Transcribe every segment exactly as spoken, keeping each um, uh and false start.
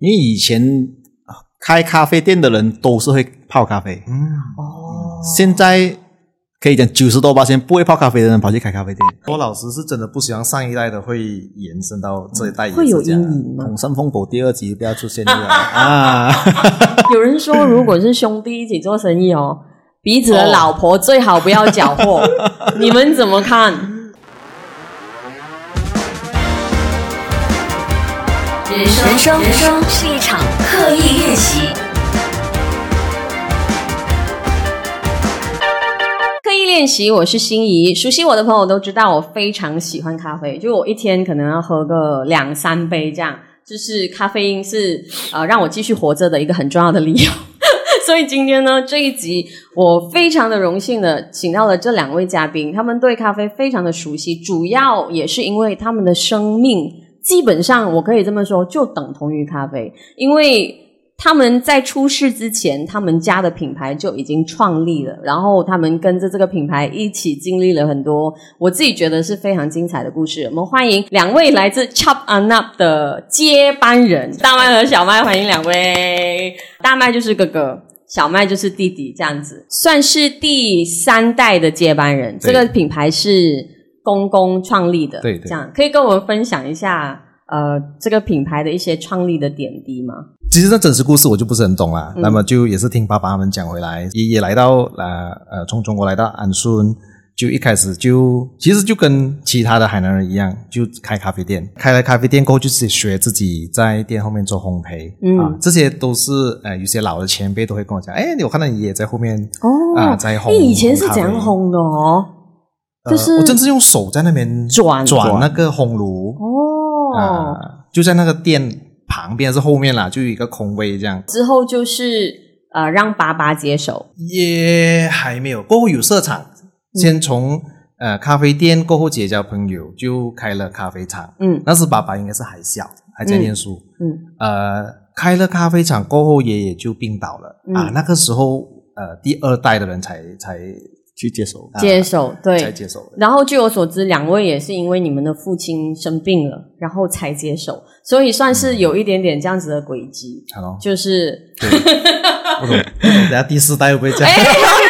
因为以前开咖啡店的人都是会泡咖啡， 嗯， 哦，现在可以讲九十多%不会泡咖啡的人跑去开咖啡店。 郭老师是真的不希望上一代的会延伸到这一代也是这样， 会有阴影吗？ 统神风狗第二集不要出现了啊！ 有人说，如果是兄弟一起做生意哦，彼此的老婆最好不要搅和，你们怎么看？ 人生，人生，人生是一场刻意练习。 刻意练习，我是心怡。熟悉我的朋友都知道，我非常喜欢咖啡，就我一天可能要喝个两三杯这样。就是咖啡因是呃让我继续活着的一个很重要的理由。所以今天呢，这一集我非常的荣幸的请到了这两位嘉宾，他们对咖啡非常的熟悉，主要也是因为他们的生命基本上我可以这么说就等同于咖啡，因为他们在出世之前，他们家的品牌就已经创立了，然后他们跟着这个品牌一起经历了很多我自己觉得是非常精彩的故事。我们欢迎两位来自 Chop on Up 的接班人，大麦和小麦，欢迎两位。大麦就是哥哥，小麦就是弟弟，这样子算是第三代的接班人。这个品牌是公公创立的， 对对， 这样可以跟我们分享一下呃这个品牌的一些创立的点滴吗？ 其实这真实故事我就不是很懂啦、 嗯、 那么就也是听爸爸他们讲回来，爷爷来到呃呃从中国来到安顺，就一开始就其实就跟其他的海南人一样，就开咖啡店，开了咖啡店过后就是学自己在店后面做烘焙，嗯啊，这些都是呃有些老的前辈都会跟我讲，哎，我看到你爷爷在后面哦啊、呃、在烘， 以前是怎样烘的哦？就是、 呃、我真是用手在那边转转那个烘炉哦、 呃，就在那个店旁边是后面啦，就有一个空位这样。 之后就是呃让爸爸接手， 也还没有。过后有设厂，嗯、先从呃咖啡店过后结交朋友，就开了咖啡厂。嗯，那时爸爸应该是还小，还在念书。嗯，嗯呃开了咖啡厂过后，爷爷就病倒了、嗯、啊。那个时候呃第二代的人才才。 去接手接手、啊、对才接手。 然后据我所知，两位也是因为你们的父亲生病了然后才接手，所以算是有一点点这样子的轨迹、 嗯、 就是不懂不懂等下第四代会不会这样、欸、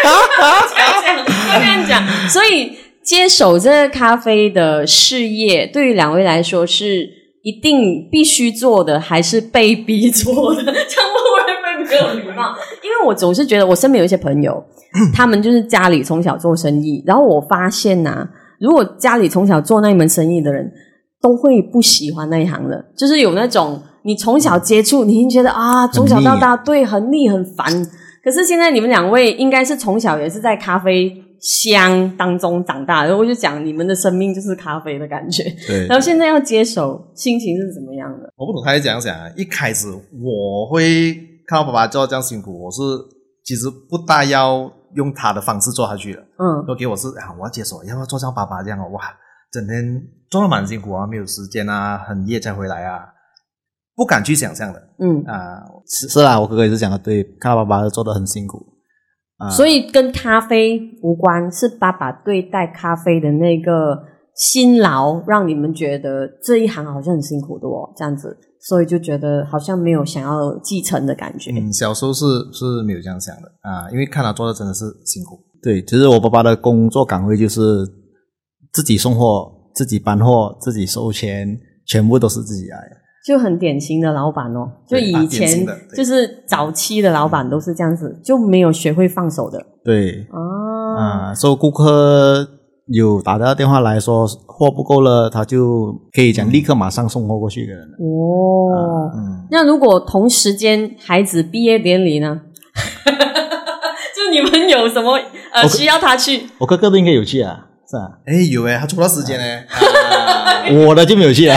这样讲所以接手这个咖啡的事业对于两位来说是一定必须做的还是被逼做的？这样会不会没有礼貌？因为我总是觉得我身边有一些朋友他们就是家里从小做生意，然后我发现啊，如果家里从小做那一门生意的人都会不喜欢那一行的，就是有那种你从小接触你已经觉得啊从小到大对很腻很烦，可是现在你们两位应该是从小也是在咖啡香当中长大，然后我就讲你们的生命就是咖啡的感觉，对，然后现在要接手心情是怎么样的？ 我不懂他在讲讲啊，一开始我会看到爸爸做这样辛苦，我是其实不大要用他的方式做下去了，嗯，都给我是啊，我要接手，要不要做像爸爸这样哦？哇，整天做得蛮辛苦啊，没有时间啊，很夜才回来啊，不敢去想象的，嗯啊， 是是啦，我哥哥也是讲的对，看到爸爸做得很辛苦， 啊，所以跟咖啡无关，是爸爸对待咖啡的那个辛劳，让你们觉得这一行好像很辛苦的哦，这样子。所以就觉得好像没有想要继承的感觉。 嗯，小时候是是没有这样想的啊，因为看他做的真的是辛苦。 对，其实我爸爸的工作岗位就是自己送货、自己搬货、自己收钱，全部都是自己来。 就很典型的老板哦，就以前就是早期的老板都是这样子，就没有学会放手的。 对哦啊，所以顾客有打到电话来说货不够了，他就可以讲立刻马上送货过去给人了。 哦、啊嗯，那如果同时间孩子毕业典礼呢？就你们有什么呃需要他去？ 我哥哥都应该有去啊，是啊。 诶有诶，他抽到时间诶、 啊、我的就没有去啊。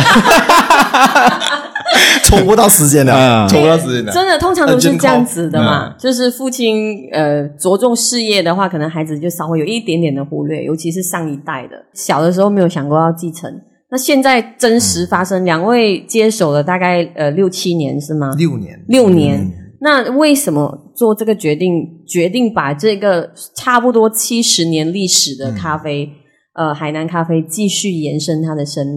抽不到时间的、啊，抽不到时间的、 欸，真的通常都是这样子的嘛。嗯、就是父亲呃着重事业的话，可能孩子就稍微有一点点的忽略，尤其是上一代的，小的时候没有想过要继承。那现在真实发生，嗯、两位接手了大概呃六七年是吗？ 六年， 六年。嗯、那为什么做这个决定？决定把这个差不多七十年历史的咖啡，嗯、呃，海南咖啡继续延伸它的生命？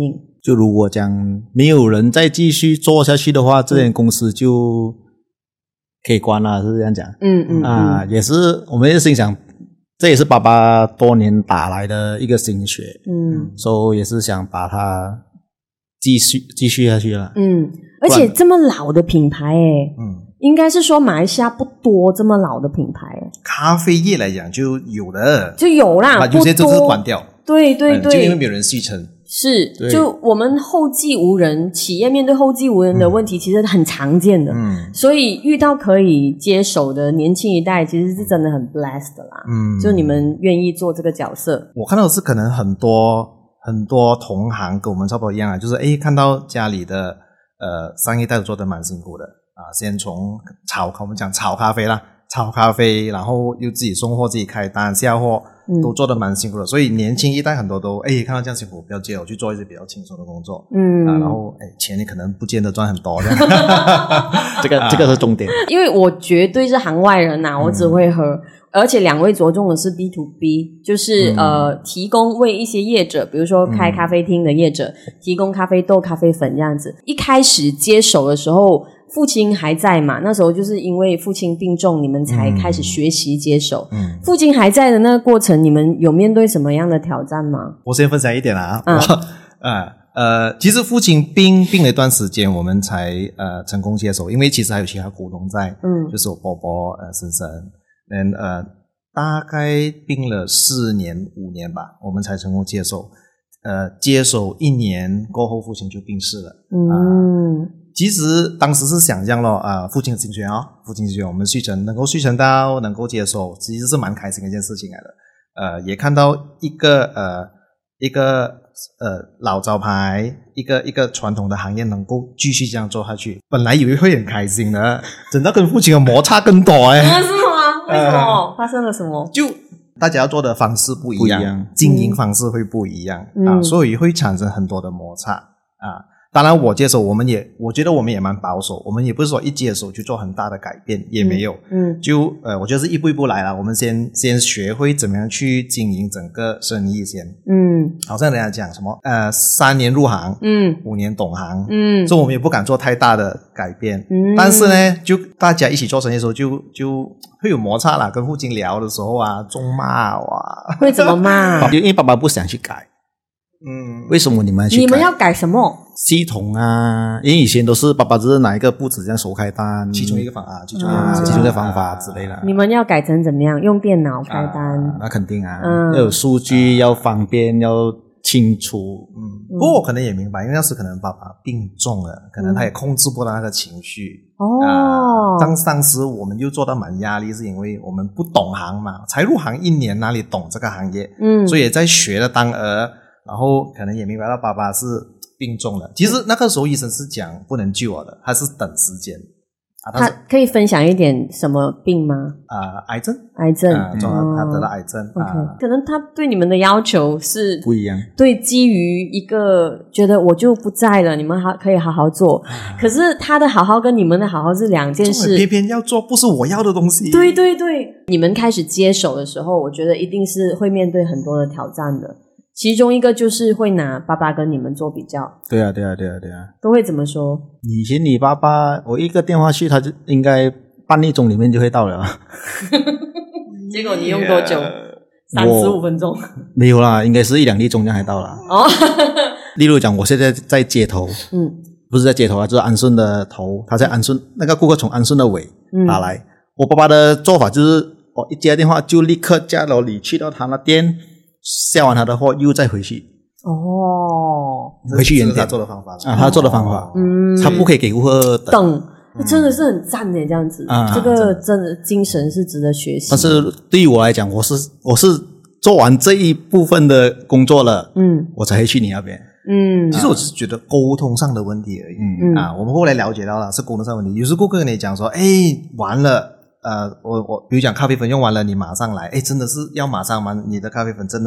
就如果讲没有人再继续做下去的话，这间公司就可以关了，是这样讲。 嗯嗯啊， 嗯也是我们也心想，这也是爸爸多年打来的一个心血， 嗯所以也是想把它继续继续下去了。 嗯，而且这么老的品牌诶， 嗯， 应该是说马来西亚不多这么老的品牌诶， 咖啡业来讲就有的， 就有啦， 啊，有些就是不多关掉， 对对嗯就因为对， 没有人继承。 是， 对就我们后继无人，企业面对后继无人的问题，其实很常见的。 嗯所以遇到可以接手的年轻一代，其实是真的很 blessed 的啦。 嗯， 就你们愿意做这个角色， 我看到的是可能很多很多同行跟我们差不多一样啊，就是诶看到家里的呃上一代做的蛮辛苦的啊，先从炒我们讲炒咖啡啦，炒咖啡，然后又自己送货自己开单下货， 嗯都做得蛮辛苦的。所以年轻一代很多都诶看到这样辛苦，不要接，我去做一些比较轻松的工作。 嗯， 啊，然后诶钱你可能不见得赚很多这样。 这个这个是重点。 因为我绝对是行外人呐、我只会喝。而且两位着重的是 B to B， 就是、 嗯呃，提供为一些业者，比如说开咖啡厅的业者，提供咖啡豆、咖啡粉这样子。一开始接手的时候，父亲还在嘛，那时候就是因为父亲病重，你们才开始学习接手。 嗯， 父亲还在的那个过程，你们有面对什么样的挑战吗？ 我先分享一点啦， 嗯我呃呃，其实父亲病病了一段时间，我们才呃成功接手，因为其实还有其他股东在， 嗯就是我伯伯呃婶婶，嗯呃大概病了四年五年吧，我们才成功接手。呃，接手一年过后，父亲就病逝了。 嗯其实当时是想这样咯，啊、呃，父亲的心愿哦，父亲的心愿，我们续成能够续成到能够接手，其实是蛮开心的一件事情来的。呃，也看到一个呃一个呃老招牌，一个一个传统的行业能够继续这样做下去，本来以为会很开心的，等到跟父亲的摩擦更多哎。 啊，是吗？为什么？发生了什么？ 就大家要做的方式不一样， 不一样经营方式会不一样、 嗯啊，所以会产生很多的摩擦啊。当然，我接手，我们也，我觉得我们也蛮保守，我们也不是说一接手就做很大的改变，也没有， 嗯就呃，我觉得是一步一步来了。我们先先学会怎么样去经营整个生意先， 嗯好像人家讲什么呃，三年入行， 嗯五年懂行， 嗯所以我们也不敢做太大的改变。 嗯但是呢，就大家一起做生意的时候就，就会有摩擦啦。跟父亲聊的时候啊，中骂哇， 会怎么骂？ 因为爸爸不想去改， 嗯， 为什么你们要去改？ 你们要改什么？ 系统啊，因为以前都是爸爸只是拿一个布子这样手开单， 其中一个方啊，其中一啊， 个其中一个方法之类的。 你们要改成怎么样？用电脑开单？ 啊那肯定啊， 嗯要有数据，要方便，要清楚。 嗯，不过我可能也明白，因为那时可能爸爸病重了，可能他也控制不到那个情绪。 哦啊，当当时我们就做到蛮压力，是因为我们不懂行嘛，才入行一年，哪里懂这个行业？ 嗯， 所以也在学了当儿，然后可能也明白到爸爸是病重了。其实那个时候医生是讲不能救我的，他是等时间啊，他他是可以分享一点什么病吗？ 啊、癌症癌症， 啊，中了他得了哦癌症 OK， 啊。 可能他对你们的要求是不一样， 对，基于一个觉得我就不在了，你们还可以好好做。可是他的好好跟你们的好好是两件事。 偏偏要做不是我要的东西。 对对对，你们开始接手的时候，我觉得一定是会面对很多的挑战的。其中一个就是会拿爸爸跟你们做比较， 对啊，对啊，对啊，对啊。 都会怎么说？ 以前你爸爸，我一个电话去，他就应该半粒钟里面就会到了。 结果你用多久？三十五分钟。 没有啦，应该是一两粒钟这样才到了。 哦， 例如讲，我现在在街头， 嗯不是在街头啊，就是安顺的头，他在安顺，那个顾客从安顺的尾嗯打来。我爸爸的做法就是，我一接电话就立刻驾楼里去到他那店，下完他的货又再回去哦， 回去原点这是他做的方法啊，他做的方法， 嗯， 他不可以给顾客等。 等，真的是很赞的这样子。 啊这个真的精神是值得学习。 但是对于我来讲，我是我是做完这一部分的工作了， 嗯我才会去你那边。 嗯其实我只是觉得沟通上的问题而已。 嗯嗯啊，我们后来了解到了是沟通上的问题。有时顾客跟你讲说，哎，完了，呃，我我比如讲咖啡粉用完了，你马上来，哎，真的是要马上吗？你的咖啡粉真的是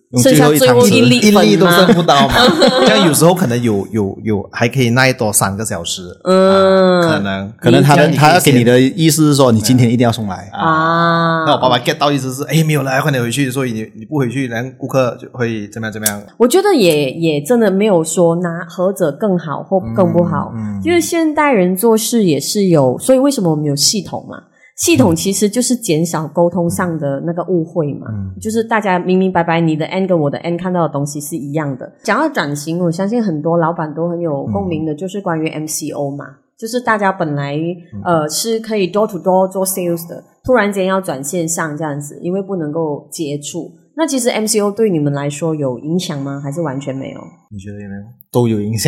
剩下最后一粒一粒都剩粉不到嘛。这样有时候可能有有有还可以耐多三个小时， 嗯， 啊、可能可能他的他要给你的的意思是说，你今天一定要送来啊。 那我爸爸 get 到意思是，哎，没有了，快点回去，所以你你不回去，然后顾客就会怎么样怎么样。 我觉得也也真的没有说拿何者更好或更不好， 嗯嗯、 就是现代人做事也是有，所以为什么我们有系统嘛？系统其实就是减少沟通上的那个误会嘛，嗯、就是大家明明白白你的 N 跟我的 N 看到的东西是一样的。讲到转型，我相信很多老板都很有共鸣的，就是关于 M C O 嘛，就是大家本来呃是可以 door to door 做 sales 的，突然间要转线上这样子，因为不能够接触。那其实 M C O 对你们来说有影响吗？还是完全没有？ 你觉得有没有？ 都有影响。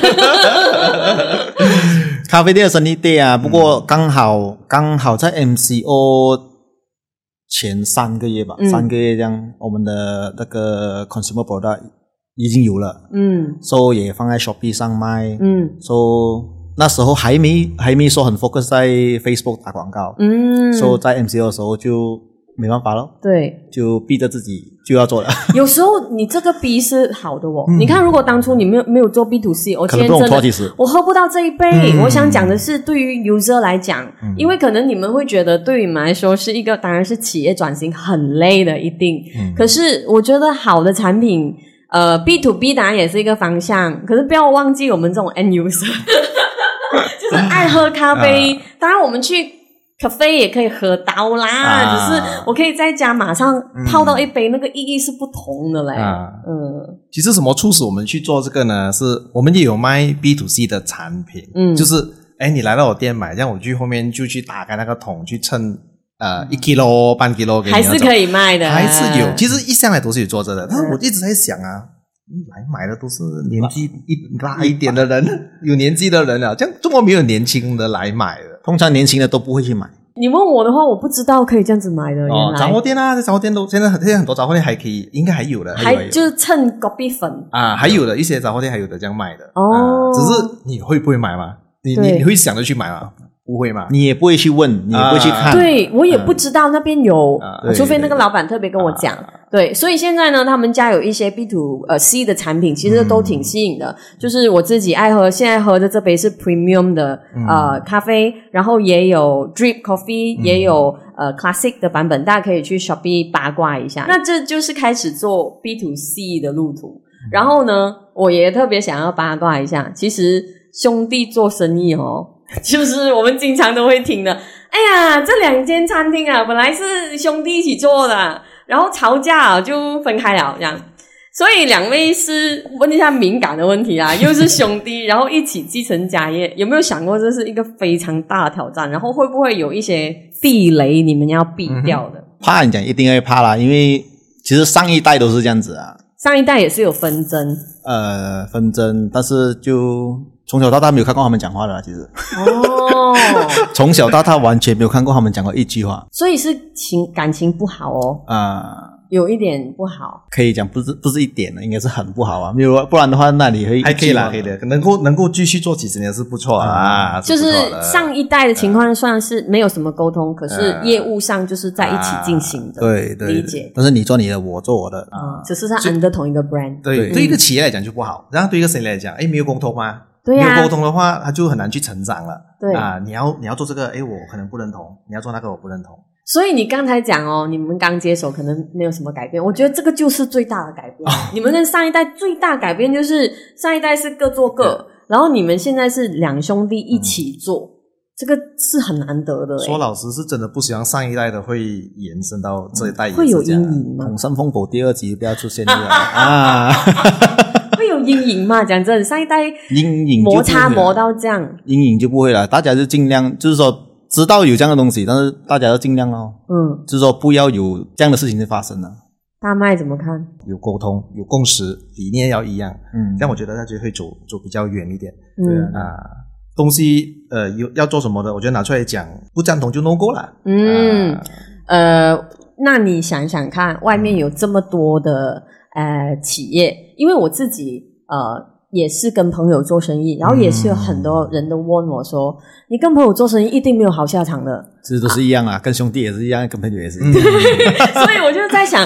咖啡店的生意对啊，不过刚好刚好在 M C O 前三个月吧，嗯、三个月这样，我们的那个 consumer product 已经有了，嗯 ，so 也放在 Shopee 上卖，嗯 ，so 那时候还没还没说很 focus 在 Facebook 打广告，嗯 ，so 在 M C O 的时候就没办法咯， 对， 就逼着自己就要做了。 有时候你这个逼是好的哦，嗯、你看如果当初你没有没有做 B to C， 我今天真的我喝不到这一杯。嗯、我想讲的是，对于 user 来讲，嗯、因为可能你们会觉得对于你们来说是一个，当然是企业转型很累的，一定。嗯、可是我觉得好的产品，呃 ，B to B 当然也是一个方向，可是不要忘记我们这种 end user， 就是爱喝咖啡。嗯、当然我们去咖啡也可以喝到啦，啊、只是我可以在家马上泡到一杯，嗯、那个意义是不同的嘞。啊、嗯， 其实什么促使我们去做这个呢？是我们也有卖 B to C 的产品，嗯，就是哎，你来到我店买，这样我去后面就去打开那个桶去称，呃，一 kilo 半 kilo 给你， 还是可以卖的， 还是有。其实一向来都是有做这的，但是我一直在想啊。来买的都是年纪一大一点的人，有年纪的人啊，这样中国没有年轻的来买的， 通常年轻的都不会去买。 你问我的话，我不知道可以这样子买的。 哦，杂货店啊，在杂货店都现在现在很多杂货店还可以，应该还有的， 还就是蹭果币粉啊，还有的一些杂货店还有的这样卖的哦、啊。只是你会不会买吗？你你你会想着去买吗？不会嘛？ 你也不会去问，你也不会去看。 啊、对，我也不知道那边有，啊、除非那个老板特别跟我讲。啊、对，所以现在呢，他们家有一些 B to C 的产品，其实都挺吸引的。嗯、就是我自己爱喝，现在喝的这杯是 Premium 的、嗯、呃咖啡，然后也有 Drip Coffee，、嗯、也有呃 Classic 的版本，大家可以去 Shopee 八卦一下。那这就是开始做 B to C 的路途。嗯、然后呢，我也特别想要八卦一下，其实兄弟做生意哦。就是我们经常都会听的，哎呀，这两间餐厅啊，本来是兄弟一起做的，然后吵架啊就分开了，这样。所以两位是问一下敏感的问题啊，又是兄弟，然后一起继承家业，有没有想过这是一个非常大的挑战？然后会不会有一些地雷你们要避掉的？ 嗯、怕你讲一定会怕啦，因为其实上一代都是这样子啊， 上一代也是有纷争， 呃，纷争，但是就。从小到大没有看过他们讲话的啦，其实。 哦。 从小到大完全没有看过他们讲过一句话。 所以是情感情不好哦。啊、呃，有一点不好。 可以讲不是不是一点的，应该是很不好啊。没有不然的话，那里会还可以啦，可以的，能够能够继续做几十年是不错啊。 嗯、就是上一代的情况算是没有什么沟通，呃、可是业务上就是在一起进行的。 呃、对对。 理解。 但是你做你的，我做我的。 嗯，只是它 under 同一个 brand。 对，对，对一个企业来讲就不好，然后对一个生意来讲，诶没有沟通吗？ 对啊、 没有沟通的话，他就很难去成长了。 对啊，你要你要做这个，诶我可能不认同；你要做那个，我不认同。 所以你刚才讲哦，你们刚接手可能没有什么改变，我觉得这个就是最大的改变。哦、你们跟上一代最大改变就是上一代是各做各，然后你们现在是两兄弟一起做，嗯、这个是很难得的。 说老实是真的不希望上一代的会延伸到这一代也是这样， 会有阴影吗？ 统神风口第二集不要出现啊！ 会有阴影吗？讲真，上一代阴影摩擦磨到这样， 阴影就不会了。大家就尽量，就是说知道有这样的东西，但是大家要尽量哦。嗯，就是说不要有这样的事情发生了。 大麦怎么看？ 有沟通，有共识，理念要一样。嗯，这样我觉得大家会走走比较远一点。对啊。啊东西呃有要做什么的，我觉得拿出来讲，不赞同就 no go 了。 嗯，呃，那你想想看，外面有这么多的呃企业，因为我自己呃也是跟朋友做生意，然后也是有很多人都问我说，嗯、你跟朋友做生意一定没有好下场的。 这都是一样啊，啊跟兄弟也是一样，跟朋友也是一样。 所以我就在想。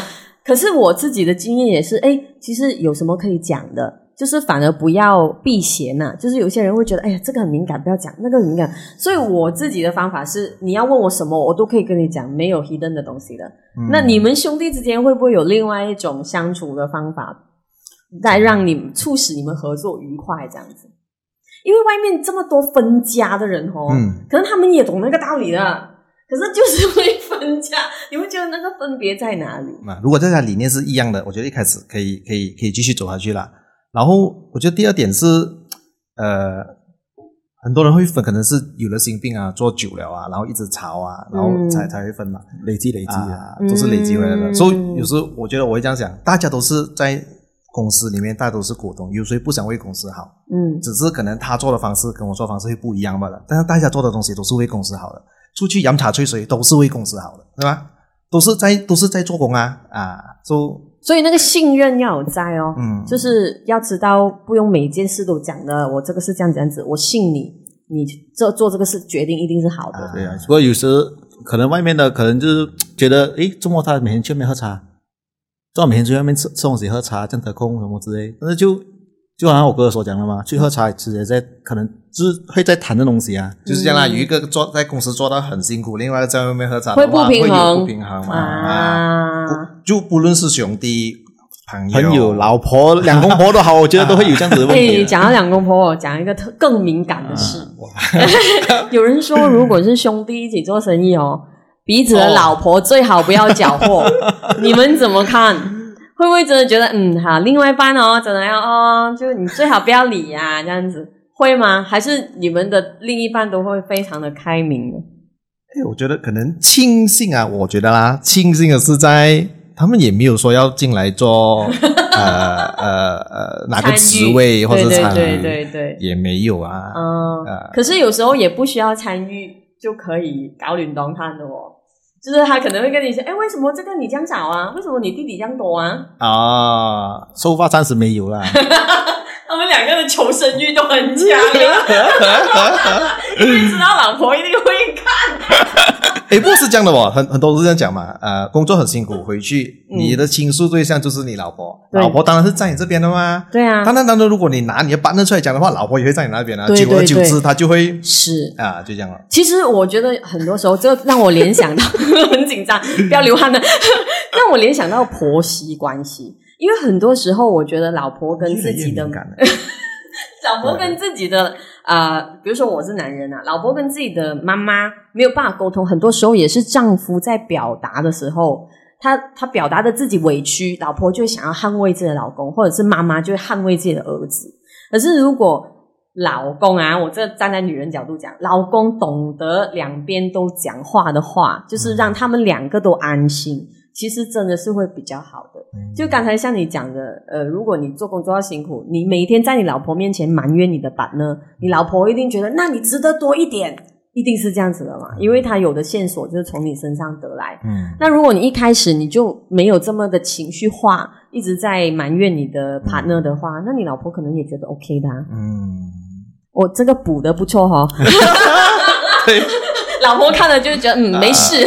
可是我自己的经验也是，哎，其实有什么可以讲的，就是反而不要避嫌呐、啊。就是有些人会觉得，哎呀，这个很敏感，不要讲，那个很敏感。所以我自己的方法是，你要问我什么，我都可以跟你讲，没有 hidden 的东西的。嗯、那你们兄弟之间会不会有另外一种相处的方法，来让你促使你们合作愉快这样子？因为外面这么多分家的人哦，嗯、可能他们也懂那个道理的，可是就是会分家，你会觉得那个分别在哪里？ 如果大家理念是一样的，我觉得一开始可以可以可以继续走下去啦。然后我觉得第二点是，呃，很多人会分，可能是有了心病啊，做久了啊，然后一直吵啊，然后才、嗯、才会分嘛， 累积累积啊，都是累积回来的。嗯、所以有时候我觉得我会这样想，大家都是在公司里面，大家都是股东，有谁不想为公司好？嗯，只是可能他做的方式跟我做的方式会不一样罢了，但是大家做的东西都是为公司好的，出去饮茶吹水都是为公司好的，对吧？都是在都是在做工啊啊，就所以那个信任要有在哦，嗯，就是要知道不用每件事都讲的，我这个是这样这样子，我信你，你做做这个事决定一定是好的。 啊对啊，不过有时可能外面的可能就是觉得，诶，周末他每天去外面喝茶。正好每天去外面吃吃东西喝茶，这样得空什么之类，但是就就好像我哥哥所讲的嘛，去喝茶其实也在可能就是会在谈的东西啊， 就是这样啦。有一个做在公司做到很辛苦，另外在外面喝茶会不平衡， 会有不平衡嘛啊，就不论是兄弟、朋友、 朋友、老婆、两公婆都好，我觉得都会有这样子的问题。 哎，讲到两公婆，讲一个特更敏感的事，啊、有人说，如果是兄弟一起做生意哦。彼此的老婆最好不要搅和，哦、你们怎么看？会不会真的觉得嗯好，另外一半哦，真的要哦，就你最好不要理呀、啊，这样子会吗？还是你们的另一半都会非常的开明呢？ 哎，我觉得可能庆幸啊，我觉得啦，庆幸的是在他们也没有说要进来做呃呃呃哪个职位或者参与， 对对对对对， 也没有啊。 嗯，呃、可是有时候也不需要参与就可以搞领导看的哦。就是他可能会跟你说，哎，为什么这个你这样少啊？为什么你弟弟这样多啊？ 啊，收发暂时没有啦。 他们两个的求生欲都很强啊，因为知道老婆一定会看。 诶，不是这样的哦，很很多都是这样讲嘛。呃，工作很辛苦，回去、嗯、你的倾诉对象就是你老婆，老婆当然是在你这边的嘛。 对啊， 当然当然，如果你拿你的partner出来讲的话，老婆也会在你那边啊。 对对对， 久而久之，他就会是啊，就这样了。 其实我觉得很多时候，这让我联想到很紧张，不要流汗了，让我联想到婆媳关系。因为很多时候，我觉得老婆跟自己的老婆跟自己的呃，比如说我是男人啊，老婆跟自己的妈妈没有办法沟通，很多时候也是丈夫在表达的时候，他他表达的自己委屈，老婆就会想要捍卫自己的老公，或者是妈妈就会捍卫自己的儿子。可是如果老公啊，我这站在女人角度讲，老公懂得两边都讲话的话，就是让他们两个都安心。其实真的是会比较好的，就刚才像你讲的，呃，如果你做工作要辛苦，你每天在你老婆面前埋怨你的partner，你老婆一定觉得那你值得多一点，一定是这样子的嘛，因为他有的线索就是从你身上得来。嗯，那如果你一开始你就没有这么的情绪化，一直在埋怨你的 partner 的话，嗯、那你老婆可能也觉得 OK 的、啊。嗯，我这个补的不错哈、哦。对。老婆看了就觉得嗯没事，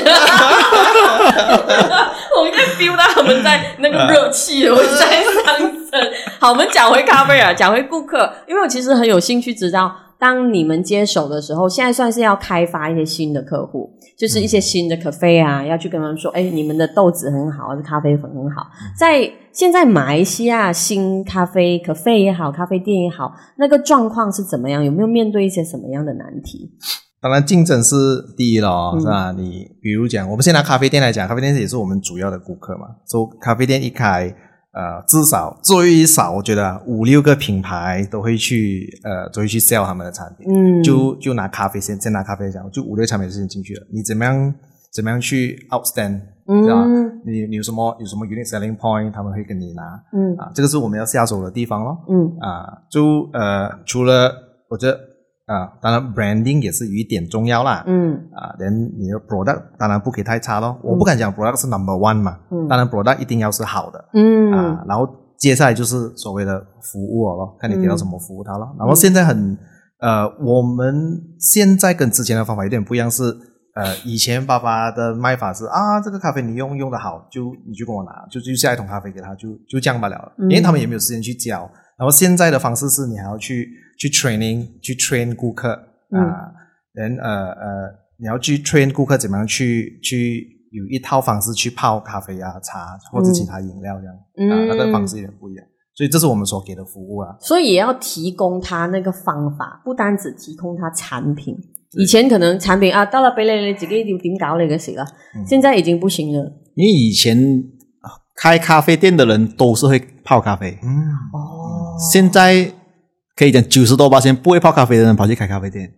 我应该 feel 到他们在那个热气我在上升。好，我们讲回咖啡啊，讲回顾客，因为我其实很有兴趣知道，当你们接手的时候，现在算是要开发一些新的客户，就是一些新的咖啡啊，要去跟他们说，哎，你们的豆子很好，咖啡粉很好。在现在马来西亚新咖啡咖啡也好，咖啡店也好，那个状况是怎么样？有没有面对一些什么样的难题？ 当然竞争是第一咯、嗯、是吧？你比如讲我们现在咖啡店来讲，咖啡店也是我们主要的顾客嘛，所以咖啡店一开呃，至少最少我觉得五六个品牌都会去呃都会去 sell 他们的产品。嗯，就就拿咖啡先先拿咖啡讲，就五六个产品先进去了，你怎么样怎么样去 outstand， 嗯，对吧？你你有什么有什么 unique selling point， 他们会跟你拿。嗯，啊，这个是我们要下手的地方咯。嗯，啊，就呃除了我觉得啊，当然 branding 也是有一点重要啦。嗯，啊，连你的 product 当然不可以太差咯。嗯、我不敢讲 product 是 number one 嘛。嗯，当然 product 一定要是好的。嗯，啊，然后接下来就是所谓的服务咯，看你给到什么服务它咯。嗯、然后现在很呃，我们现在跟之前的方法有点不一样是， 呃，以前爸爸的卖法是啊，这个咖啡你用用的好，就你就跟我拿，就就下一桶咖啡给他，就就这样罢了，嗯、因为他们也没有时间去教。然后现在的方式是你还要去去 training 去 train 顾客啊，人、嗯、呃呃，你要去 train 顾客怎么样去去有一套方式去泡咖啡啊、茶或者其他饮料这样、嗯、啊，那个方式有点不一样。所以这是我们所给的服务啊。 所以也要提供他那个方法，不单只提供他产品。以前可能產品啊，到了俾你，你自己要點搞你嘅事啦。嗯、現在已經不行了。 因為以前開咖啡店的人都是會泡咖啡。嗯，哦。現在可以講九十多巴仙不會泡咖啡的人跑去開咖啡店。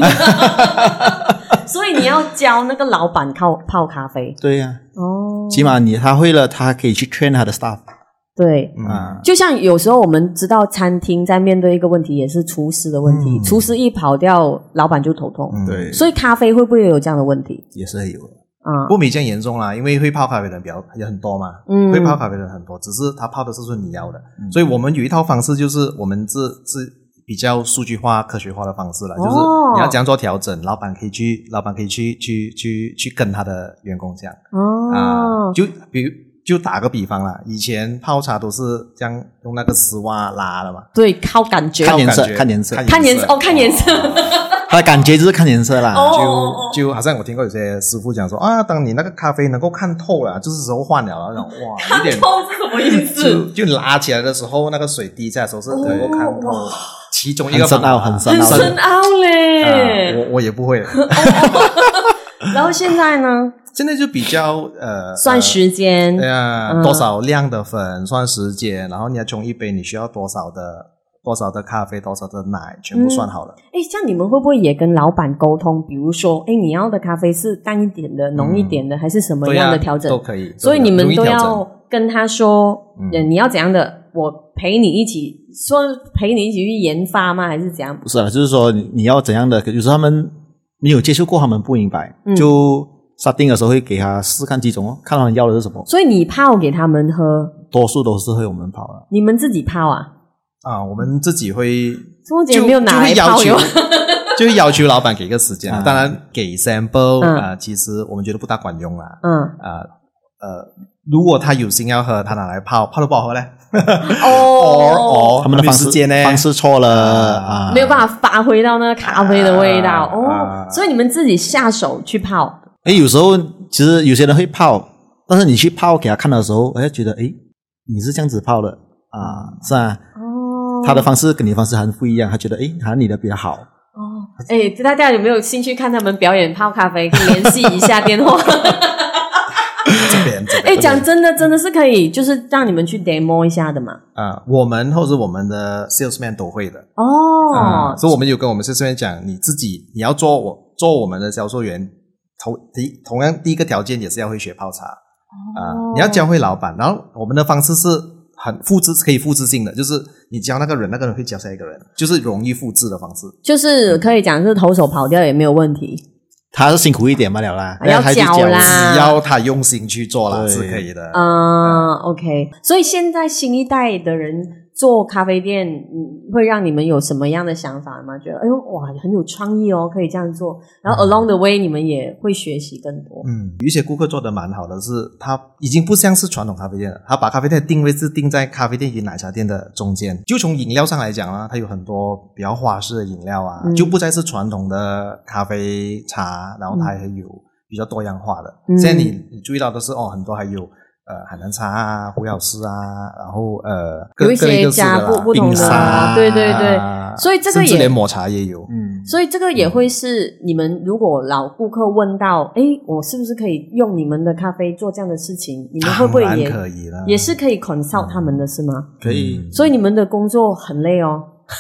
所以你要教那個老闆泡泡咖啡。 對呀、啊。哦。起碼你他會了，他可以去 train 他的 staff。 对、嗯，就像有时候我们知道餐厅在面对一个问题，也是厨师的问题，嗯、厨师一跑掉，老板就头痛。 嗯、对， 所以咖啡会不会有这样的问题？ 也是会有的。 啊、嗯，不过没这样严重啦，因为会泡咖啡的人比较也很多嘛，嗯，会泡咖啡的人很多，只是他泡的是不是你要的，嗯、所以我们有一套方式，就是我们是是比较数据化、科学化的方式啦，哦、就是你要怎样做调整，老板可以去，老板可以去去去去跟他的员工讲，哦，啊、呃，就比如。就打个比方啦，以前泡茶都是这样用那个丝袜拉的嘛。 对，靠感觉。 看颜色，看颜色， 看颜色哦，看颜色。 他的感觉就是看颜色啦。 哦、就就好像我听过有些师傅讲说啊，当你那个咖啡能够看透了，就是时候换了了，那种哇， 看透是什么意思？ 就就拉起来的时候，那个水滴下来的时候是能够看透。哦、其中一个很深奥，很深奥，很深奥嘞、 呃。我我也不会。 然后现在呢？ 现在就比较呃算时间， 对啊、呃，多少量的粉算时间，然后你要冲一杯，你需要多少的多少的咖啡，多少的奶，全部算好了。 诶、嗯、这样你们会不会也跟老板沟通？比如说，诶你要的咖啡是淡一点的、浓一点的，嗯、还是什么样的调整？ 啊、都可以。 所以你们都要跟他说，嗯，你要怎样的，我陪你一起，说陪你一起去研发吗？还是怎样？ 不是啊，就是说你你要怎样的，有时候他们没有接触过，他们不明白，嗯、就。沙丁的时候会给他试看几种哦，看他们要的是什么。 所以你泡给他们喝， 多数都是会我们泡的。 你们自己泡啊？ 啊，我们自己会， 就没有拿来泡就就要求老板给个时间、啊。当然给 sample 啊、嗯，其实我们觉得不大管用啦。嗯啊呃，如果他有心要喝，他拿来泡，泡都不好喝嘞。 哦， 他们的方式方式错了啊， 没有办法发挥到那个咖啡的味道、啊、哦、啊。所以你们自己下手去泡。 诶有时候其实有些人会泡，但是你去泡给他看的时候，哎，觉得诶你是这样子泡的啊，是啊，哦，他的方式跟你的方式还是不一样，他觉得诶好像你的比较好。 哦，诶大家有没有兴趣看他们表演泡咖啡？可以联系一下电话。 这边这边， 诶讲真的，真的是可以，就是让你们去 demo 一下的嘛。 啊，我们或者我们的 salesman 都会的。 哦， 啊，所以我们有跟我们 salesman 讲，你自己你要做我做我们的销售员。同第同样第一个条件也是要会学泡茶啊、哦呃，你要教会老板，然后我们的方式是很复制，可以复制性的，就是你教那个人，那个人会教下一个人，就是容易复制的方式， 就是可以讲是投手跑掉也没有问题。 他是辛苦一点罢了啦， 要教啦， 只要他用心去做啦是可以的。 嗯、呃、，OK。所以现在新一代的人做咖啡店，嗯，会让你们有什么样的想法吗？觉得哎呦哇，很有创意哦，可以这样做。然后 along the way，、嗯、你们也会学习更多。 嗯，有一些顾客做得蛮好的是，他已经不像是传统咖啡店了，他把咖啡店的定位是定在咖啡店与奶茶店的中间。就从饮料上来讲啊，它有很多比较花式的饮料啊，嗯、就不再是传统的咖啡茶。然后它还有比较多样化的，嗯、现在你你注意到的是哦，很多还有呃海南茶啊、胡小丝啊，然后呃有一些加不不同的、啊，对对对，所以这个也甚至连抹茶也有， 嗯，所以这个也会是你们如果老顾客问到，诶我是不是可以用你们的咖啡做这样的事情？你们会不会也可以了也是可以 consult 他们的是吗？ 可以， 所以你们的工作很累哦。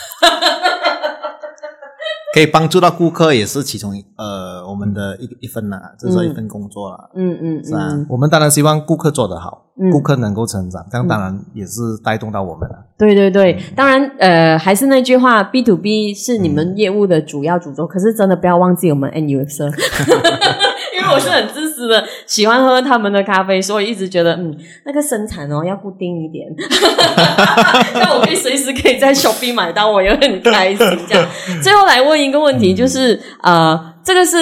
可以帮助到顾客也是其中呃我们的一一份啦，这是一份工作啦。 嗯嗯，是啊， 我们当然希望顾客做得好，嗯、顾客能够成长，这样当然也是带动到我们了。 对对对，嗯、当然呃还是那句话 ，B to B 是你们业务的主要主轴，嗯、可是真的不要忘记我们 end user。因为我是很自私的，喜欢喝他们的咖啡，所以一直觉得嗯，那个生产哦要固定一点，那我可以随时可以在 Shopee 买到，我也很开心。这样，最后来问一个问题，就是呃，这个是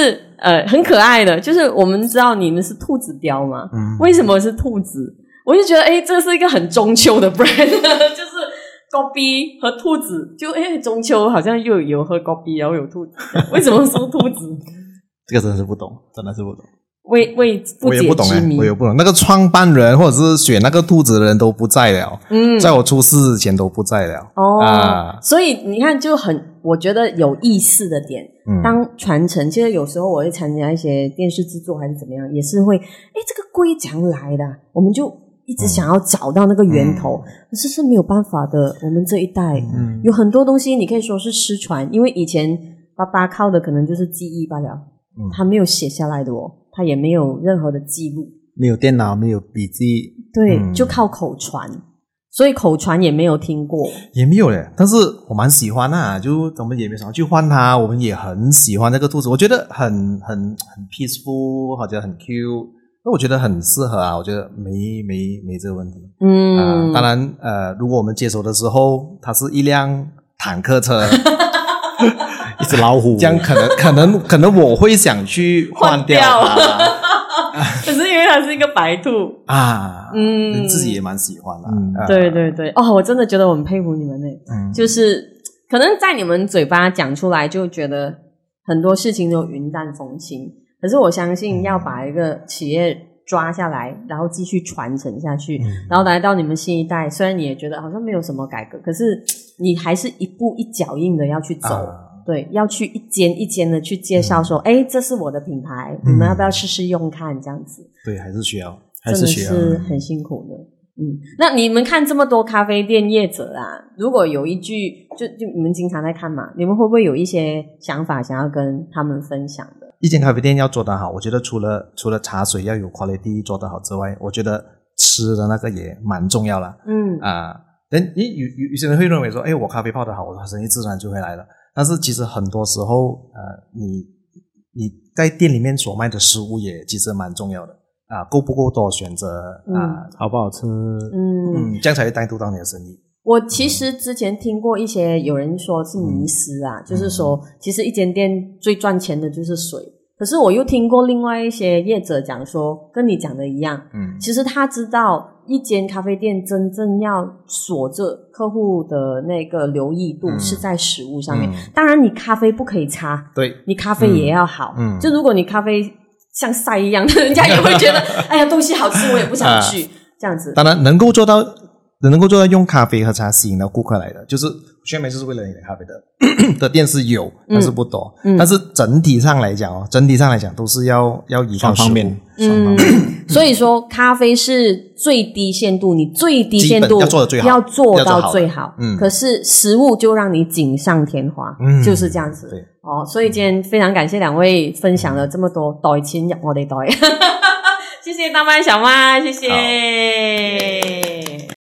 呃很可爱的，就是我们知道你们是兔子标嘛，嗯，为什么是兔子？我就觉得诶这是一个很中秋的 brand 就是高逼和兔子，就诶中秋好像又有喝高逼然后有兔子，为什么说兔子？ 这个真的是不懂，真的是不懂。 为为不解之谜， 我也不懂哎，我也不懂。那个创办人或者是选那个兔子的人都不在了，嗯，在我出事之前都不在了。 哦， 啊， 所以你看，就很我觉得有意思的点，嗯，当传承，其实有时候我会参加一些电视制作还是怎么样，也是会，诶这个龟怎样来的？我们就一直想要找到那个源头，嗯、可是是没有办法的。我们这一代、嗯、有很多东西，你可以说是失传，因为以前爸爸靠的可能就是记忆罢了，嗯、他没有写下来的哦。他也没有任何的记录， 没有电脑，没有笔记， 对、嗯，就靠口传，所以口传也没有听过， 也没有嘞。但是我蛮喜欢啊，就我们也没想去换它，我们也很喜欢这个兔子，我觉得很很很 peaceful， 好像很 cute， 那我觉得很适合啊，我觉得没没没这个问题。嗯、呃，当然呃，如果我们接手的时候，它是一辆坦克车。 一只老虎， 这样可能可能可能我会想去换掉它， 可是因为它是一个白兔啊，嗯，自己也蛮喜欢的、 嗯呃，对对对，哦，我真的觉得我很佩服你们呢，嗯，就是可能在你们嘴巴讲出来就觉得很多事情都云淡风轻，可是我相信要把一个企业抓下来，然后继续传承下去、嗯、然后来到你们新一代，虽然你也觉得好像没有什么改革，可是你还是一步一脚印的要去走、啊，对，要去一间一间的去介绍说，诶、嗯、这是我的品牌、嗯、你们要不要试试用看这样子。 对，还是需要， 还是需要， 真的是很辛苦的。嗯，那你们看这么多咖啡店业者啊，如果有一句就就你们经常在看嘛，你们会不会有一些想法想要跟他们分享的？ 一间咖啡店要做得好，我觉得除了除了茶水要有 quality 做得好之外，我觉得吃的那个也蛮重要了。嗯啊，但有有有些人会认为说，诶我咖啡泡得好，我的生意自然就会来了。但是其实很多时候，呃，你你在店里面所卖的食物也其实蛮重要的啊，够不够多选择啊， 好不好吃？ 嗯嗯，这样才会带动到你的生意。 我其实之前听过一些有人说是迷思啊，嗯、就是说其实一间店最赚钱的就是水。可是我又听过另外一些业者讲说，跟你讲的一样，嗯，其实他知道一间咖啡店真正要锁着客户的那个留意度是在食物上面。嗯、当然，你咖啡不可以差， 对， 你咖啡也要好。嗯，就如果你咖啡像晒一样，人家也会觉得，哎呀，东西好吃，我也不想去、啊、这样子。 当然，能够做到。能够做到用咖啡和茶吸引到顾客来的，就是全美就是为了你的咖啡的的店是有，但是不多、嗯嗯、但是整体上来讲哦，整体上来讲都是要要依靠双方面双方面、 嗯、所以说咖啡是最低限度，你最低限度要做的最好， 要做到最好，嗯，可是食物就让你锦上添花、嗯、就是这样子。 对哦，所以今天非常感谢两位分享了这么多袋钱入我哋袋谢谢大麦小麦，谢谢。